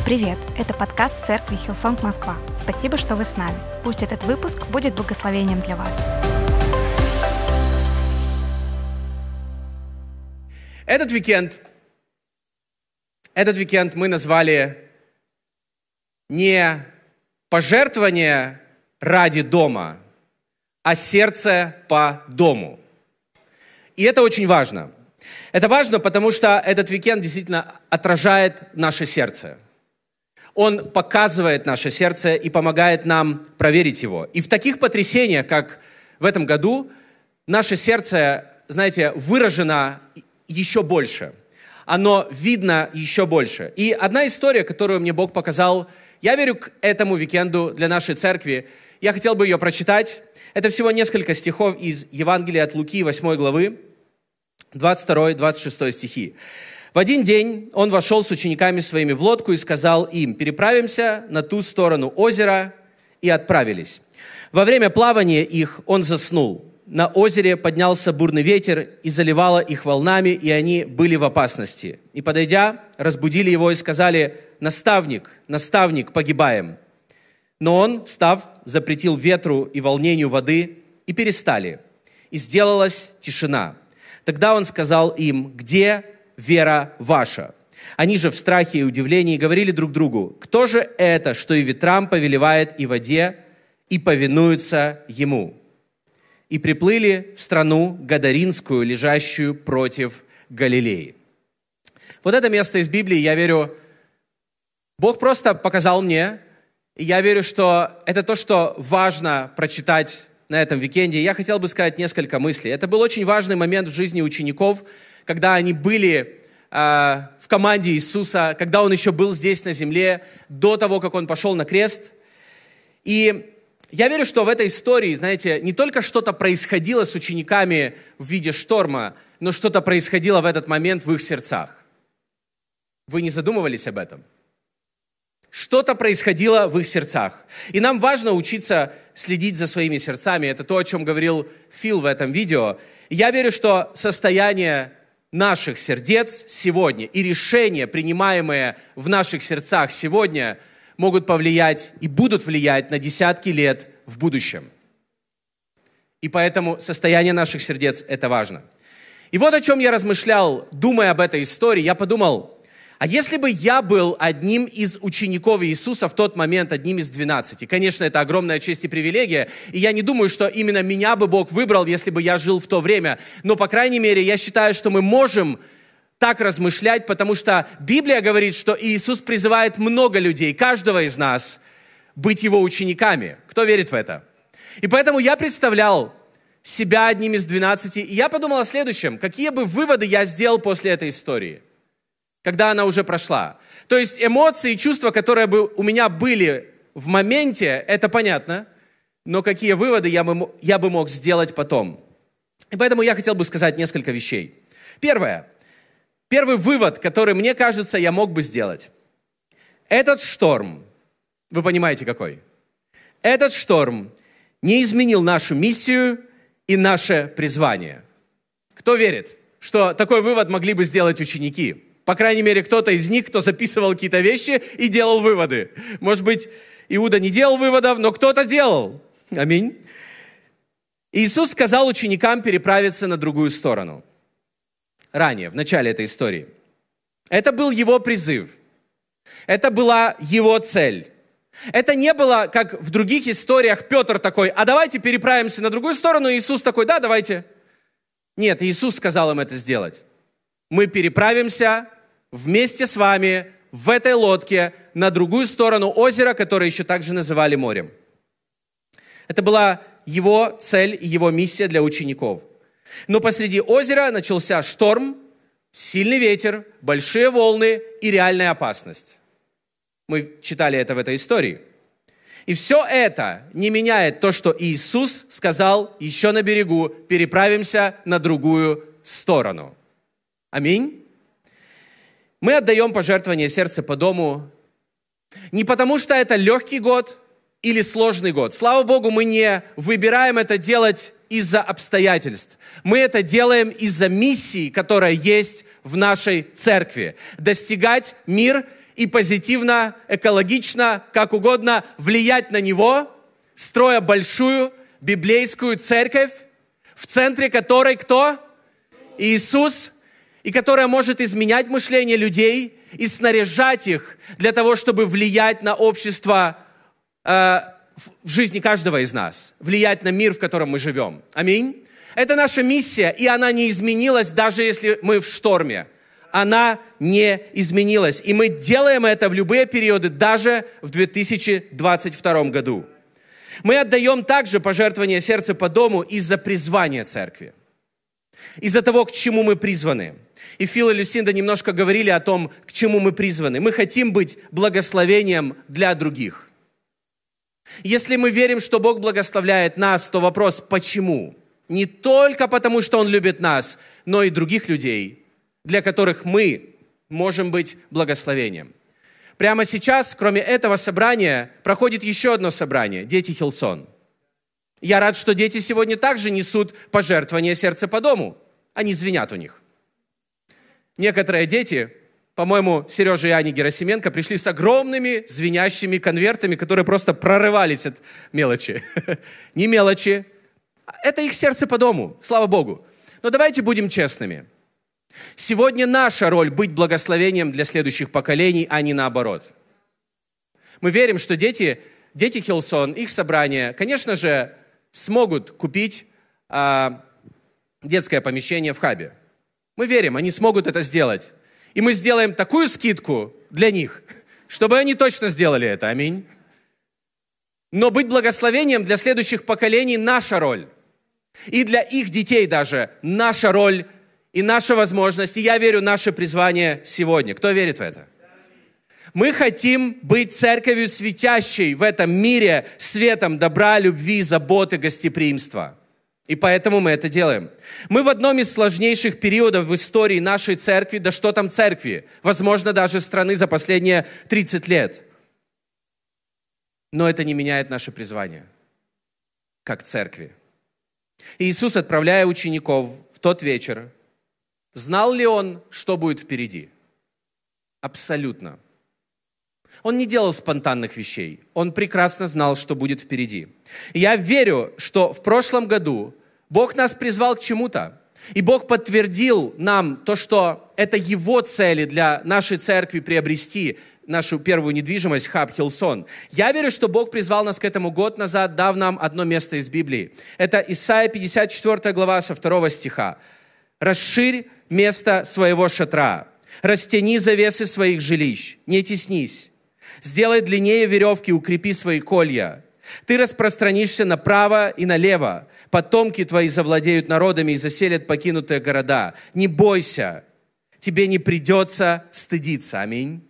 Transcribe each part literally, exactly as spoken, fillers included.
Привет! Это подкаст Церкви Хиллсонг Москва. Спасибо, что вы с нами. Пусть этот выпуск будет благословением для вас. Этот уикенд, этот уикенд мы назвали не пожертвование ради дома, а сердце по дому. И это очень важно. Это важно, потому что этот уикенд действительно отражает наше сердце. Он показывает наше сердце и помогает нам проверить его. И в таких потрясениях, как в этом году, наше сердце, знаете, выражено еще больше. Оно видно еще больше. И одна история, которую мне Бог показал, я верю, к этому уикенду для нашей церкви, я хотел бы ее прочитать. Это всего несколько стихов из Евангелия от Луки, восьмой главы, двадцать второй двадцать шестой стихи. «В один день он вошел с учениками своими в лодку и сказал им: переправимся на ту сторону озера, и отправились. Во время плавания их он заснул. На озере поднялся бурный ветер и заливало их волнами, и они были в опасности. И, подойдя, разбудили его и сказали: наставник, наставник, погибаем. Но он, встав, запретил ветру и волнению воды, и перестали. И сделалась тишина. Тогда он сказал им: где вера ваша? Они же в страхе и удивлении говорили друг другу: кто же это, что и ветрам повелевает, и воде, и повинуются ему? И приплыли в страну Гадаринскую, лежащую против Галилеи». Вот это место из Библии, я верю, Бог просто показал мне, и я верю, что это то, что важно прочитать на этом уикенде. Я хотел бы сказать несколько мыслей. Это был очень важный момент в жизни учеников, когда они были э, в команде Иисуса, когда Он еще был здесь на земле, до того, как Он пошел на крест. И я верю, что в этой истории, знаете, не только что-то происходило с учениками в виде шторма, но что-то происходило в этот момент в их сердцах. Вы не задумывались об этом? Что-то происходило в их сердцах. И нам важно учиться следить за своими сердцами. Это то, о чем говорил Фил в этом видео. И я верю, что состояние наших сердец сегодня и решения, принимаемые в наших сердцах сегодня, могут повлиять и будут влиять на десятки лет в будущем. И поэтому состояние наших сердец – это важно. И вот о чем я размышлял, думая об этой истории. Я подумал: а если бы я был одним из учеников Иисуса в тот момент, одним из двенадцати? Конечно, это огромная честь и привилегия, и я не думаю, что именно меня бы Бог выбрал, если бы я жил в то время. Но, по крайней мере, я считаю, что мы можем так размышлять, потому что Библия говорит, что Иисус призывает много людей, каждого из нас, быть Его учениками. Кто верит в это? И поэтому я представлял себя одним из двенадцати, и я подумал о следующем: какие бы выводы я сделал после этой истории, когда она уже прошла. То есть эмоции и чувства, которые бы у меня были в моменте, это понятно, но какие выводы я бы, я бы мог сделать потом. И поэтому я хотел бы сказать несколько вещей. Первое. Первый вывод, который, мне кажется, я мог бы сделать. Этот шторм, вы понимаете какой? Этот шторм не изменил нашу миссию и наше призвание. Кто верит, что такой вывод могли бы сделать ученики? По крайней мере, кто-то из них, кто записывал какие-то вещи и делал выводы. Может быть, Иуда не делал выводов, но кто-то делал. Аминь. Иисус сказал ученикам переправиться на другую сторону. Ранее, в начале этой истории. Это был Его призыв. Это была Его цель. Это не было, как в других историях, Петр такой: а давайте переправимся на другую сторону. И Иисус такой: да, давайте. Нет, Иисус сказал им это сделать. Мы переправимся вместе с вами в этой лодке на другую сторону озера, которое еще также называли морем. Это была Его цель и Его миссия для учеников. Но посреди озера начался шторм, сильный ветер, большие волны и реальная опасность. Мы читали это в этой истории. И все это не меняет то, что Иисус сказал еще на берегу: переправимся на другую сторону. Аминь. Мы отдаем пожертвование сердца по дому не потому, что это легкий год или сложный год. Слава Богу, мы не выбираем это делать из-за обстоятельств. Мы это делаем из-за миссии, которая есть в нашей церкви. Достигать мир и позитивно, экологично, как угодно влиять на него, строя большую библейскую церковь, в центре которой кто? Иисус, и которая может изменять мышление людей и снаряжать их для того, чтобы влиять на общество э, в жизни каждого из нас, влиять на мир, в котором мы живем. Аминь. Это наша миссия, и она не изменилась, даже если мы в шторме. Она не изменилась. И мы делаем это в любые периоды, даже в две тысячи двадцать втором году. Мы отдаем также пожертвование сердца по дому из-за призвания церкви. Из-за того, к чему мы призваны. И Фил и Люсинда немножко говорили о том, к чему мы призваны. Мы хотим быть благословением для других. Если мы верим, что Бог благословляет нас, то вопрос «почему?» Не только потому, что Он любит нас, но и других людей, для которых мы можем быть благословением. Прямо сейчас, кроме этого собрания, проходит еще одно собрание «Дети Хиллсон». Я рад, что дети сегодня также несут пожертвования сердца по дому. Они звенят у них. Некоторые дети, по-моему, Сережа и Аня Герасименко, пришли с огромными звенящими конвертами, которые просто прорывались от мелочи. Не мелочи. Это их сердце по дому, слава Богу. Но давайте будем честными. Сегодня наша роль быть благословением для следующих поколений, а не наоборот. Мы верим, что дети, дети Хиллсон, их собрания, конечно же, смогут купить а, детское помещение в хабе. Мы верим, они смогут это сделать. И мы сделаем такую скидку для них, чтобы они точно сделали это. Аминь. Но быть благословением для следующих поколений – наша роль. И для их детей даже наша роль и наша возможность. И я верю, наше призвание сегодня. Кто верит в это? Мы хотим быть церковью, светящей в этом мире светом добра, любви, заботы, гостеприимства. И поэтому мы это делаем. Мы в одном из сложнейших периодов в истории нашей церкви, да что там церкви, возможно, даже страны за последние тридцать лет. Но это не меняет наше призвание, как церкви. И Иисус, отправляя учеников в тот вечер, знал ли Он, что будет впереди? Абсолютно. Он не делал спонтанных вещей. Он прекрасно знал, что будет впереди. И я верю, что в прошлом году Бог нас призвал к чему-то. И Бог подтвердил нам то, что это Его цели для нашей церкви приобрести нашу первую недвижимость, хаб Хиллсон. Я верю, что Бог призвал нас к этому год назад, дав нам одно место из Библии. Это Исайя пятьдесят четвёртая глава со второго стиха. «Расширь место своего шатра, растяни завесы своих жилищ, не теснись. Сделай длиннее веревки, укрепи свои колья. Ты распространишься направо и налево. Потомки твои завладеют народами и заселят покинутые города. Не бойся, тебе не придется стыдиться». Аминь.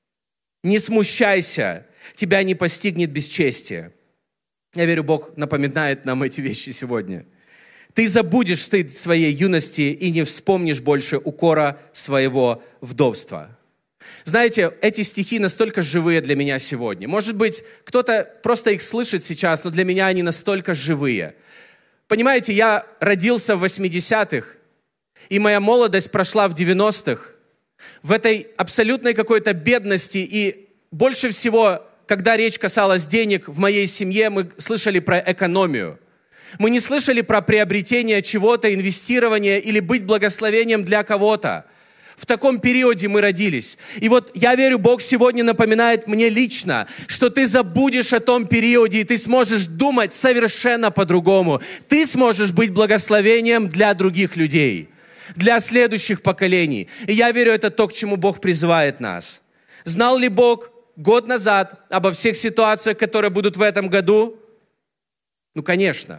Не смущайся, тебя не постигнет бесчестие. Я верю, Бог напоминает нам эти вещи сегодня. Ты забудешь стыд своей юности и не вспомнишь больше укора своего вдовства. Знаете, эти стихи настолько живые для меня сегодня. Может быть, кто-то просто их слышит сейчас, но для меня они настолько живые. Понимаете, я родился в восьмидесятых, и моя молодость прошла в девяностых. В этой абсолютной какой-то бедности, и больше всего, когда речь касалась денег, в моей семье мы слышали про экономию. Мы не слышали про приобретение чего-то, инвестирование или быть благословением для кого-то. В таком периоде мы родились. И вот я верю, Бог сегодня напоминает мне лично, что ты забудешь о том периоде, и ты сможешь думать совершенно по-другому. Ты сможешь быть благословением для других людей, для следующих поколений. И я верю, это то, к чему Бог призывает нас. Знал ли Бог год назад обо всех ситуациях, которые будут в этом году? Ну, конечно.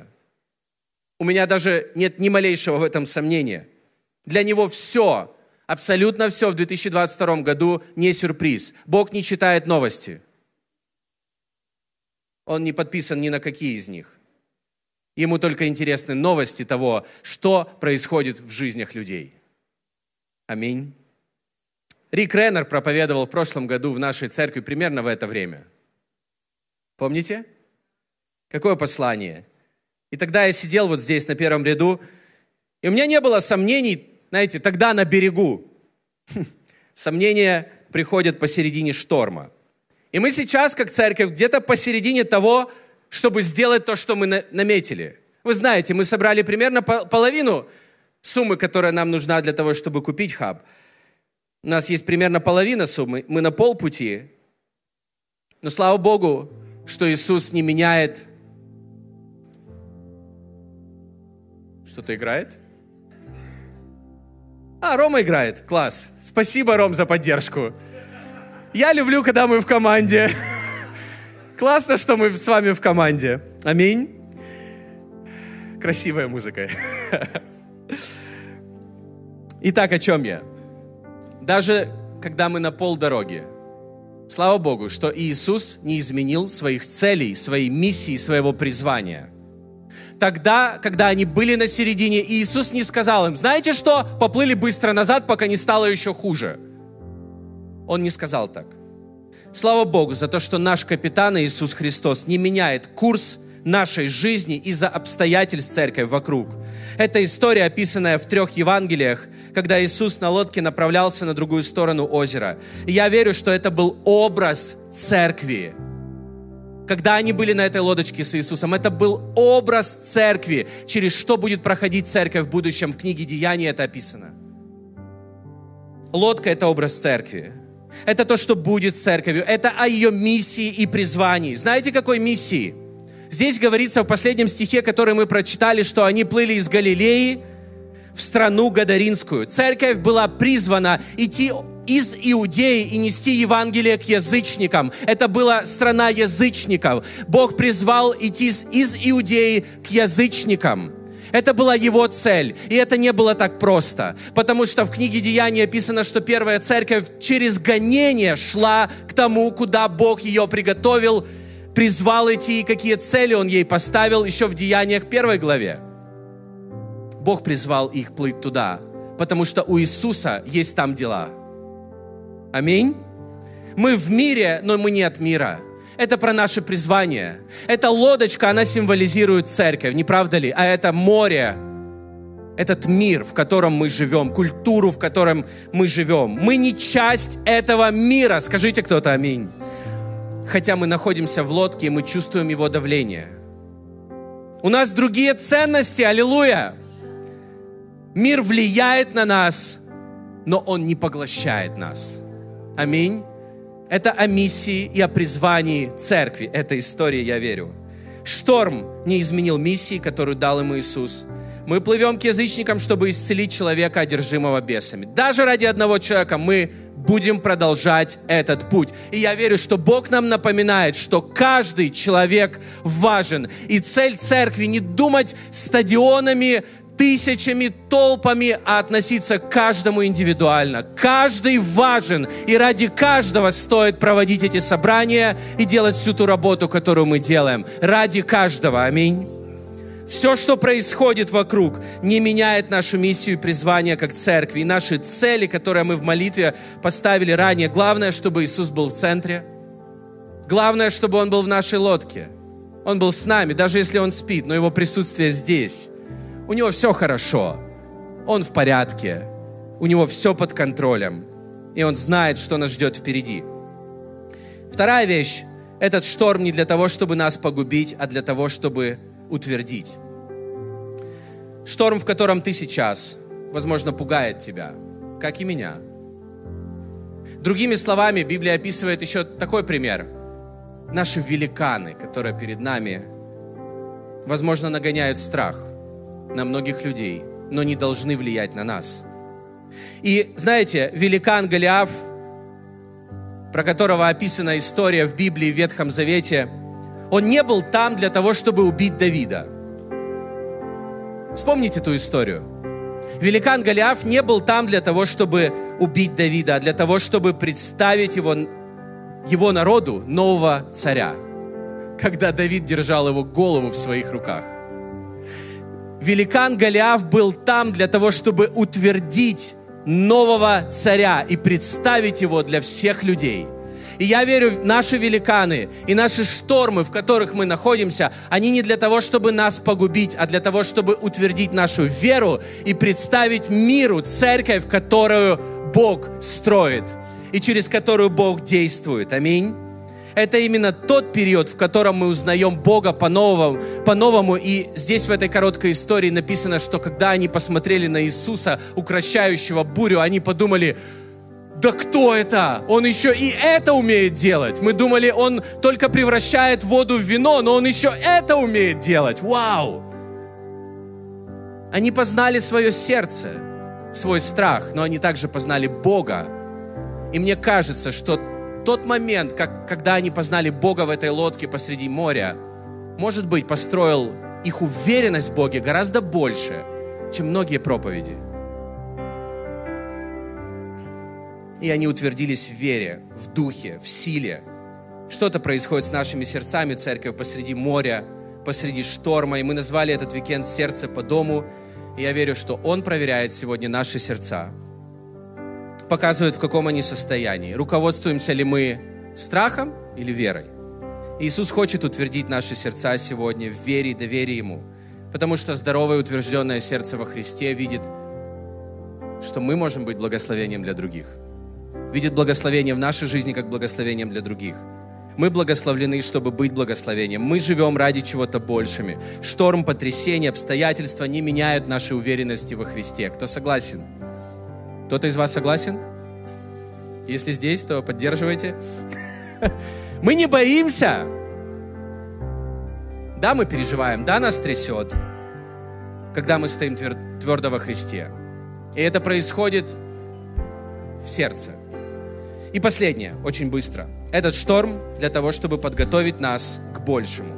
У меня даже нет ни малейшего в этом сомнения. Для Него все, абсолютно все в две тысячи двадцать втором году не сюрприз. Бог не читает новости. Он не подписан ни на какие из них. Ему только интересны новости того, что происходит в жизнях людей. Аминь. Рик Реннер проповедовал в прошлом году в нашей церкви примерно в это время. Помните? Какое послание? И тогда я сидел вот здесь на первом ряду, и у меня не было сомнений, знаете, тогда на берегу. Сомнения приходят посередине шторма. И мы сейчас, как церковь, где-то посередине того, чтобы сделать то, что мы наметили. Вы знаете, мы собрали примерно половину суммы, которая нам нужна для того, чтобы купить хаб. У нас есть примерно половина суммы, мы на полпути. Но слава Богу, что Иисус не меняет. Что-то играет? А, Рома играет. Класс. Спасибо, Ром, за поддержку. Я люблю, когда мы в команде. Классно, что мы с вами в команде. Аминь. Красивая музыка. Итак, о чем я? Даже когда мы на полдороги, слава Богу, что Иисус не изменил своих целей, своей миссии, своего призвания. Тогда, когда они были на середине, Иисус не сказал им: знаете что, поплыли быстро назад, пока не стало еще хуже. Он не сказал так. Слава Богу за то, что наш капитан Иисус Христос не меняет курс нашей жизни из-за обстоятельств церкви вокруг. Это история, описанная в трех Евангелиях, когда Иисус на лодке направлялся на другую сторону озера. И я верю, что это был образ церкви. Когда они были на этой лодочке с Иисусом, это был образ церкви, через что будет проходить церковь в будущем. В книге Деяний это описано. Лодка — это образ церкви. Это то, что будет с церковью. Это о ее миссии и призвании. Знаете, какой миссии? Здесь говорится в последнем стихе, который мы прочитали, что они плыли из Галилеи в страну Гадаринскую. Церковь была призвана идти из Иудеи и нести Евангелие к язычникам. Это была страна язычников. Бог призвал идти из Иудеи к язычникам. Это была его цель. И это не было так просто. Потому что в книге Деяний описано, что первая церковь через гонение шла к тому, куда Бог ее приготовил, призвал идти, и какие цели Он ей поставил еще в Деяниях первой главе. Бог призвал их плыть туда, потому что у Иисуса есть там дела. Аминь. Мы в мире, но мы не от мира. Это про наше призвание. Эта лодочка, она символизирует церковь, не правда ли? А это море, этот мир, в котором мы живем, культуру, в котором мы живем. Мы не часть этого мира. Скажите кто-то аминь. Хотя мы находимся в лодке, и мы чувствуем его давление. У нас другие ценности, аллилуйя. Мир влияет на нас, но он не поглощает нас. Аминь. Это о миссии и о призвании церкви. Эта история, я верю. Шторм не изменил миссии, которую дал ему Иисус. Мы плывем к язычникам, чтобы исцелить человека, одержимого бесами. Даже ради одного человека мы будем продолжать этот путь. И я верю, что Бог нам напоминает, что каждый человек важен. И цель церкви не думать стадионами, тысячами, толпами, а относиться к каждому индивидуально. Каждый важен, и ради каждого стоит проводить эти собрания и делать всю ту работу, которую мы делаем. Ради каждого. Аминь. Все, что происходит вокруг, не меняет нашу миссию и призвание как церкви. И наши цели, которые мы в молитве поставили ранее. Главное, чтобы Иисус был в центре. Главное, чтобы Он был в нашей лодке. Он был с нами, даже если Он спит, но Его присутствие здесь. У него все хорошо, он в порядке, у него все под контролем, и он знает, что нас ждет впереди. Вторая вещь, этот шторм не для того, чтобы нас погубить, а для того, чтобы утвердить. Шторм, в котором ты сейчас, возможно, пугает тебя, как и меня. Другими словами, Библия описывает еще такой пример. Наши великаны, которые перед нами, возможно, нагоняют страх на многих людей, но не должны влиять на нас. И знаете, великан Голиаф, про которого описана история в Библии, в Ветхом Завете, он не был там для того, чтобы убить Давида. Вспомните эту историю. Великан Голиаф не был там для того, чтобы убить Давида, а для того, чтобы представить его, его народу нового царя, когда Давид держал его голову в своих руках. Великан Голиаф был там для того, чтобы утвердить нового царя и представить его для всех людей. И я верю, наши великаны и наши штормы, в которых мы находимся, они не для того, чтобы нас погубить, а для того, чтобы утвердить нашу веру и представить миру церковь, которую Бог строит. и через которую Бог действует. Аминь. Это именно тот период, в котором мы узнаем Бога по-новому, по-новому. И здесь в этой короткой истории написано, что когда они посмотрели на Иисуса, укращающего бурю, они подумали: да кто это? Он еще и это умеет делать. Мы думали, он только превращает воду в вино, но он еще это умеет делать. Вау! Они познали свое сердце, свой страх, но они также познали Бога. И мне кажется, что тот момент, как, когда они познали Бога в этой лодке посреди моря, может быть, построил их уверенность в Боге гораздо больше, чем многие проповеди. И они утвердились в вере, в духе, в силе. Что-то происходит с нашими сердцами, церковь, посреди моря, посреди шторма. И мы назвали этот уикенд «Сердце по дому». И я верю, что Он проверяет сегодня наши сердца. Показывает, в каком они состоянии. Руководствуемся ли мы страхом или верой? Иисус хочет утвердить наши сердца сегодня в вере и доверии Ему. Потому что здоровое утвержденное сердце во Христе видит, что мы можем быть благословением для других. Видит благословение в нашей жизни как благословением для других. Мы благословлены, чтобы быть благословением. Мы живем ради чего-то большими. Шторм, потрясения, обстоятельства не меняют нашей уверенности во Христе. Кто согласен? Кто-то из вас согласен? Если здесь, то поддерживайте. Мы не боимся. Да, мы переживаем, да, нас трясет, когда мы стоим твердо во Христе. И это происходит в сердце. И последнее, очень быстро. Этот шторм для того, чтобы подготовить нас к большему.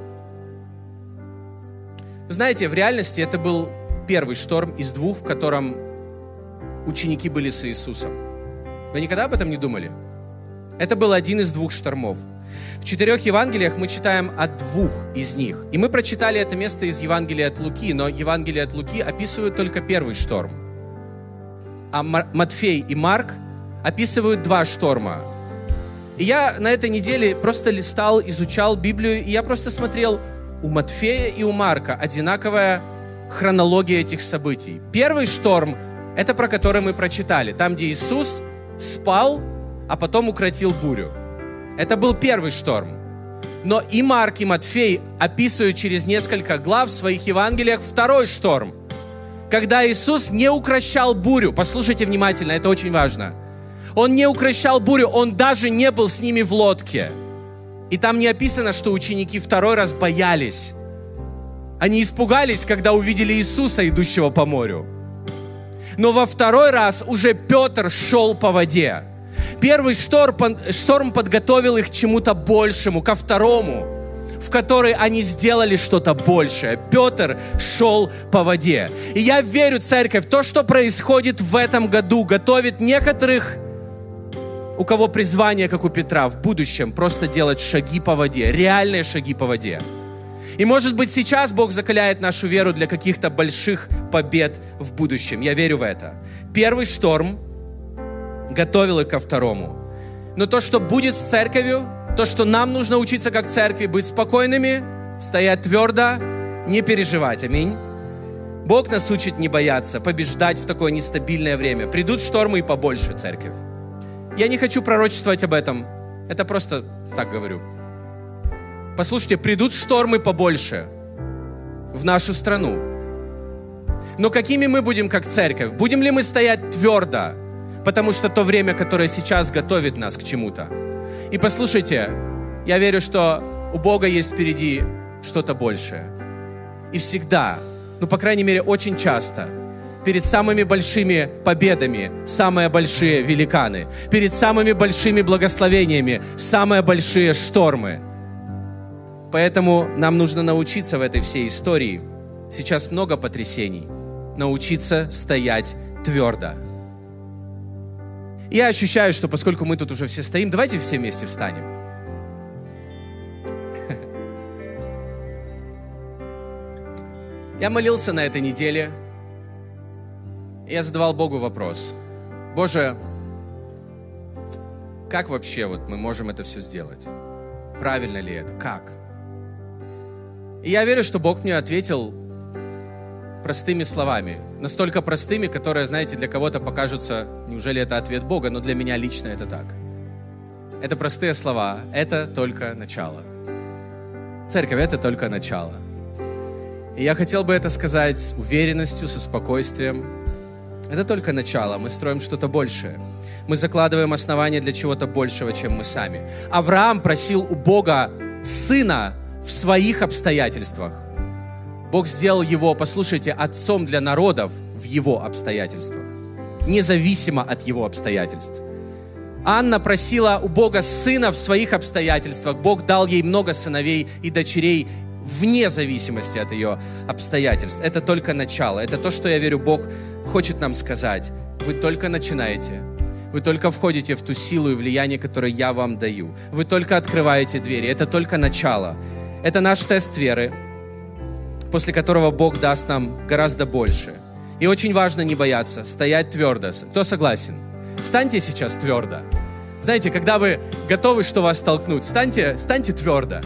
Вы знаете, в реальности это был первый шторм из двух, в котором ученики были с Иисусом. Вы никогда об этом не думали? Это был один из двух штормов. В четырех Евангелиях мы читаем о двух из них. И мы прочитали это место из Евангелия от Луки, но Евангелие от Луки описывают только первый шторм. А Матфей и Марк описывают два шторма. И я на этой неделе просто листал, изучал Библию, и я просто смотрел, у Матфея и у Марка одинаковая хронология этих событий. Первый шторм — это про который мы прочитали, там, где Иисус спал, а потом укротил бурю. Это был первый шторм. Но и Марк, и Матфей описывают через несколько глав в своих Евангелиях второй шторм, когда Иисус не укрощал бурю. Послушайте внимательно, это очень важно. Он не укрощал бурю, Он даже не был с ними в лодке. И там не описано, что ученики второй раз боялись. Они испугались, когда увидели Иисуса, идущего по морю. Но во второй раз уже Петр шел по воде. Первый шторм, шторм подготовил их к чему-то большему, ко второму, в который они сделали что-то большее. Петр шел по воде. И я верю, церковь, то, что происходит в этом году, готовит некоторых, у кого призвание, как у Петра, в будущем просто делать шаги по воде, реальные шаги по воде. И, может быть, сейчас Бог закаляет нашу веру для каких-то больших побед в будущем. Я верю в это. Первый шторм готовил их ко второму. Но то, что будет с церковью, то, что нам нужно учиться как церкви, быть спокойными, стоять твердо, не переживать. Аминь. Бог нас учит не бояться, побеждать в такое нестабильное время. Придут штормы и побольше, церковь. Я не хочу пророчествовать об этом. Это просто так говорю. Послушайте, придут штормы побольше в нашу страну. Но какими мы будем как церковь? Будем ли мы стоять твердо? Потому что то время, которое сейчас готовит нас к чему-то. И послушайте, я верю, что у Бога есть впереди что-то большее. И всегда, ну, по крайней мере, очень часто, перед самыми большими победами самые большие великаны. Перед самыми большими благословениями самые большие штормы. Поэтому нам нужно научиться в этой всей истории. Сейчас много потрясений. Научиться стоять твердо. Я ощущаю, что поскольку мы тут уже все стоим, давайте все вместе встанем. Я молился на этой неделе. Я задавал Богу вопрос. Боже, как вообще вот мы можем это все сделать? Правильно ли это? Как? И я верю, что Бог мне ответил простыми словами. Настолько простыми, которые, знаете, для кого-то покажутся, неужели это ответ Бога, но для меня лично это так. это простые слова, это только начало. Церковь — это только начало. И я хотел бы это сказать с уверенностью, со спокойствием. Это только начало, мы строим что-то большее. Мы закладываем основания для чего-то большего, чем мы сами. Авраам просил у Бога сына в своих обстоятельствах. Бог сделал его, послушайте, отцом для народов в его обстоятельствах, независимо от его обстоятельств. Анна просила у Бога сына в своих обстоятельствах. Бог дал ей много сыновей и дочерей вне зависимости от ее обстоятельств. Это только начало. Это то, что, я верю, Бог хочет нам сказать. Вы только начинаете. Вы только входите в ту силу и влияние, которое я вам даю. Вы только открываете двери. Это только начало. Это наш тест веры, после которого Бог даст нам гораздо больше. И очень важно не бояться, стоять твердо. Кто согласен? Станьте сейчас твердо. Знаете, когда вы готовы, что вас толкнуть, станьте, станьте твердо.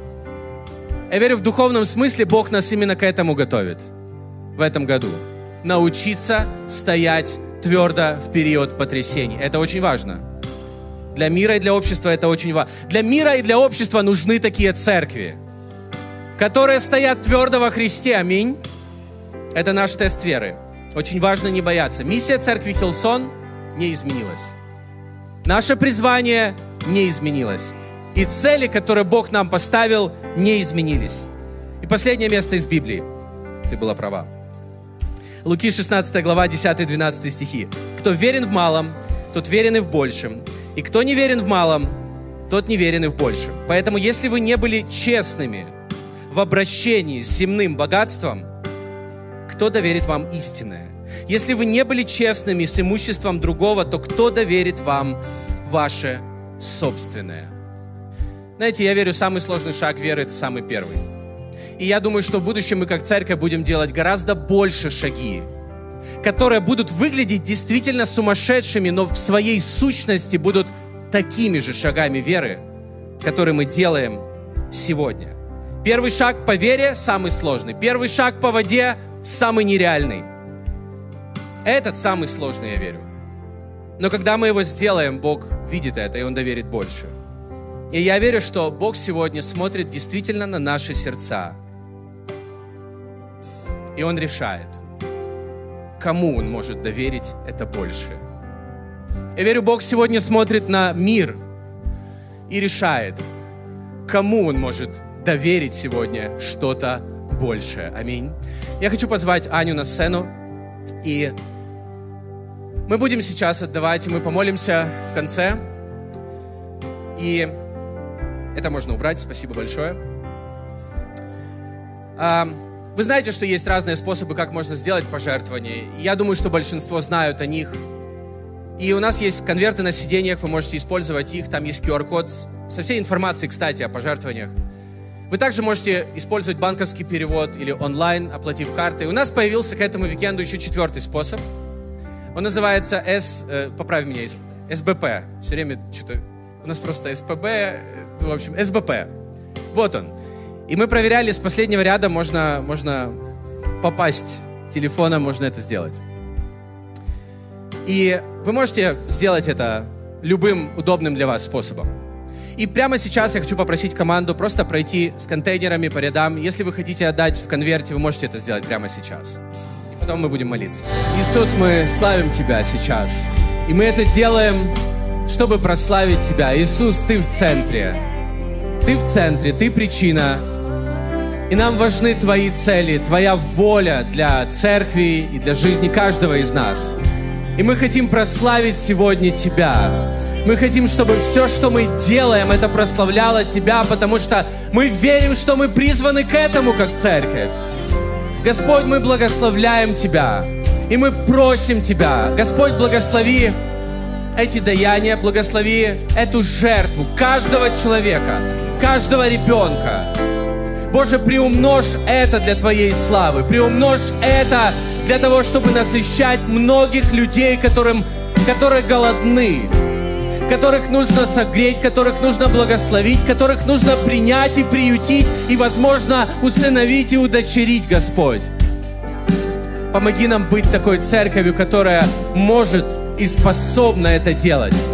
Я верю, в духовном смысле Бог нас именно к этому готовит в этом году. Научиться стоять твердо в период потрясений. Это очень важно. Для мира и для общества это очень важно. Для мира и для общества нужны такие церкви, которые стоят твердо во Христе. Аминь. Это наш тест веры. Очень важно не бояться. Миссия церкви Хиллсон не изменилась. Наше призвание не изменилось. И цели, которые Бог нам поставил, не изменились. И последнее место из Библии. Ты была права. Луки шестнадцатая глава, десятый-двенадцатый стихи. «Кто верен в малом, тот верен и в большем. И кто не верен в малом, тот не верен и в большем. Поэтому, если вы не были честными в обращении с земным богатством, кто доверит вам истинное? Если вы не были честными с имуществом другого, то кто доверит вам ваше собственное?» Знаете, я верю, самый сложный шаг веры – это самый первый. И я думаю, что в будущем мы как церковь будем делать гораздо больше шаги, которые будут выглядеть действительно сумасшедшими, но в своей сущности будут такими же шагами веры, которые мы делаем сегодня. Первый шаг по вере – самый сложный. Первый шаг по воде – самый нереальный. Этот самый сложный, я верю. Но когда мы его сделаем, Бог видит это, и Он доверит больше. И я верю, что Бог сегодня смотрит действительно на наши сердца. И Он решает, кому Он может доверить это больше. Я верю, Бог сегодня смотрит на мир и решает, кому Он может доверить сегодня что-то большее. Аминь. Я хочу позвать Аню на сцену. И мы будем сейчас отдавать, и мы помолимся в конце. И это можно убрать, спасибо большое. Вы знаете, что есть разные способы, как можно сделать пожертвование. Я думаю, что большинство знают о них. И у нас есть конверты на сиденьях, вы можете использовать их. Там есть ку ар-код со всей информацией, кстати, о пожертвованиях. Вы также можете использовать банковский перевод или онлайн, оплатив картой. У нас появился к этому уикенду еще четвертый способ. Он называется S, э, поправь меня, эс бэ пэ. Все время что-то... У нас просто эс пэ бэ, в общем, эс бэ пэ. Вот он. И мы проверяли, с последнего ряда можно, можно попасть телефоном, можно это сделать. И вы можете сделать это любым удобным для вас способом. И прямо сейчас я хочу попросить команду просто пройти с контейнерами по рядам. Если вы хотите отдать в конверте, вы можете это сделать прямо сейчас. И потом мы будем молиться. Иисус, мы славим Тебя сейчас. И мы это делаем, чтобы прославить Тебя. Иисус, Ты в центре. Ты в центре, Ты причина. И нам важны Твои цели, Твоя воля для церкви и для жизни каждого из нас. И мы хотим прославить сегодня Тебя. Мы хотим, чтобы все, что мы делаем, это прославляло Тебя, потому что мы верим, что мы призваны к этому, как церковь. Господь, мы благословляем Тебя. И мы просим Тебя, Господь, благослови эти даяния, благослови эту жертву каждого человека, каждого ребенка. Боже, приумножь это для Твоей славы, приумножь это для того, чтобы насыщать многих людей, которым, которые голодны, которых нужно согреть, которых нужно благословить, которых нужно принять и приютить, и, возможно, усыновить и удочерить, Господь. Помоги нам быть такой церковью, которая может и способна это делать.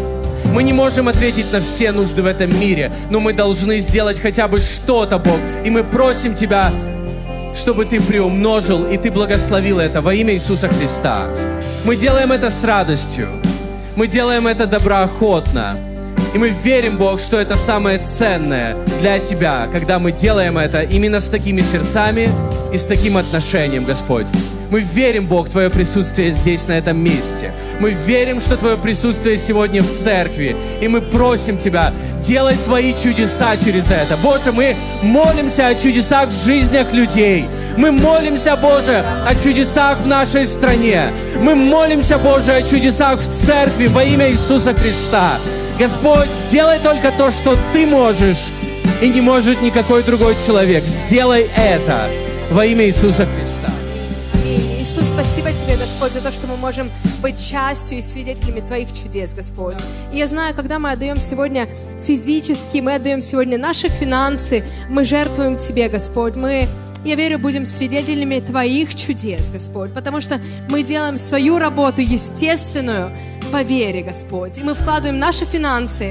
Мы не можем ответить на все нужды в этом мире, но мы должны сделать хотя бы что-то, Бог. И мы просим Тебя, чтобы Ты приумножил и Ты благословил это во имя Иисуса Христа. Мы делаем это с радостью. Мы делаем это доброохотно. И мы верим, Бог, что это самое ценное для Тебя, когда мы делаем это именно с такими сердцами и с таким отношением, Господь. Мы верим, Бог, Твое присутствие здесь, на этом месте. Мы верим, что Твое присутствие сегодня в церкви. И мы просим Тебя, делай Твои чудеса через это. Боже, мы молимся о чудесах в жизнях людей. Мы молимся, Боже, о чудесах в нашей стране. Мы молимся, Боже, о чудесах в церкви во имя Иисуса Христа. Господь, сделай только то, что Ты можешь, и не может никакой другой человек. Сделай это во имя Иисуса Христа. Иисус, спасибо Тебе, Господь, за то, что мы можем быть частью и свидетелями Твоих чудес, Господь. И я знаю, когда мы отдаем сегодня физически, мы отдаем сегодня наши финансы, мы жертвуем Тебе, Господь. Мы, я верю, будем свидетелями Твоих чудес, Господь, потому что мы делаем свою работу естественную по вере, Господь. И мы вкладываем наши финансы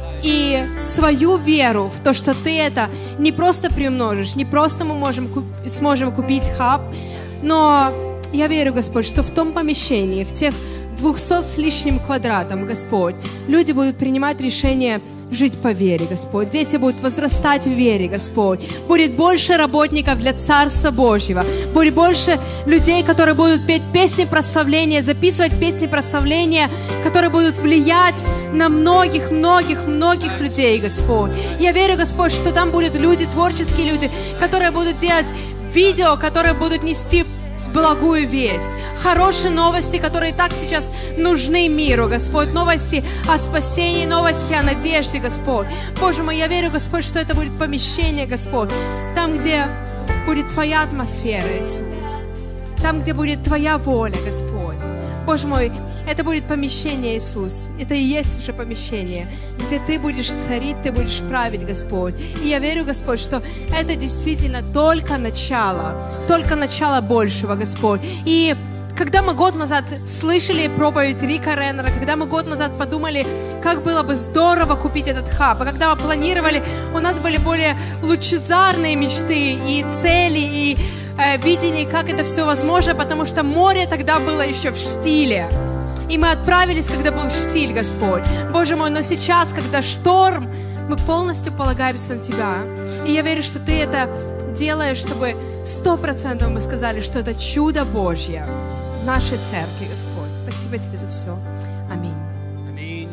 и свою веру в то, что Ты это не просто приумножишь, не просто мы можем, сможем купить хаб, но я верю, Господь, что в том помещении, в тех двухсот с лишним квадратам, Господь, люди будут принимать решение жить по вере, Господь. Дети будут возрастать в вере, Господь. Будет больше работников для Царства Божьего. Будет больше людей, которые будут петь песни прославления, записывать песни прославления, которые будут влиять на многих-многих-многих людей, Господь. Я верю, Господь, что там будут люди, творческие люди, которые будут делать видео, которые будут нести благую весть, хорошие новости, которые так сейчас нужны миру, Господь, новости о спасении, новости о надежде, Господь. Боже мой, я верю, Господь, что это будет помещение, Господь, там, где будет Твоя атмосфера, Иисус, там, где будет Твоя воля, Господь. Боже мой, это будет помещение, Иисус. Это и есть уже помещение, где Ты будешь царить, Ты будешь править, Господь. И я верю, Господь, что это действительно только начало, только начало большего, Господь. И когда мы год назад слышали проповедь Рика Реннера, когда мы год назад подумали, как было бы здорово купить этот хаб, а когда мы планировали, у нас были более лучезарные мечты и цели, и э, видение, как это все возможно, потому что море тогда было еще в штиле. И мы отправились, когда был штиль, Господь. Боже мой, но сейчас, когда шторм, мы полностью полагаемся на Тебя. И я верю, что Ты это делаешь, чтобы сто процентов мы сказали, что это чудо Божье в нашей церкви, Господь. Спасибо Тебе за все. Аминь. Аминь.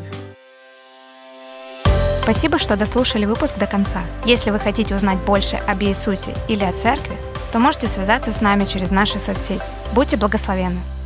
Спасибо, что дослушали выпуск до конца. Если вы хотите узнать больше об Иисусе или о церкви, то можете связаться с нами через наши соцсети. Будьте благословенны!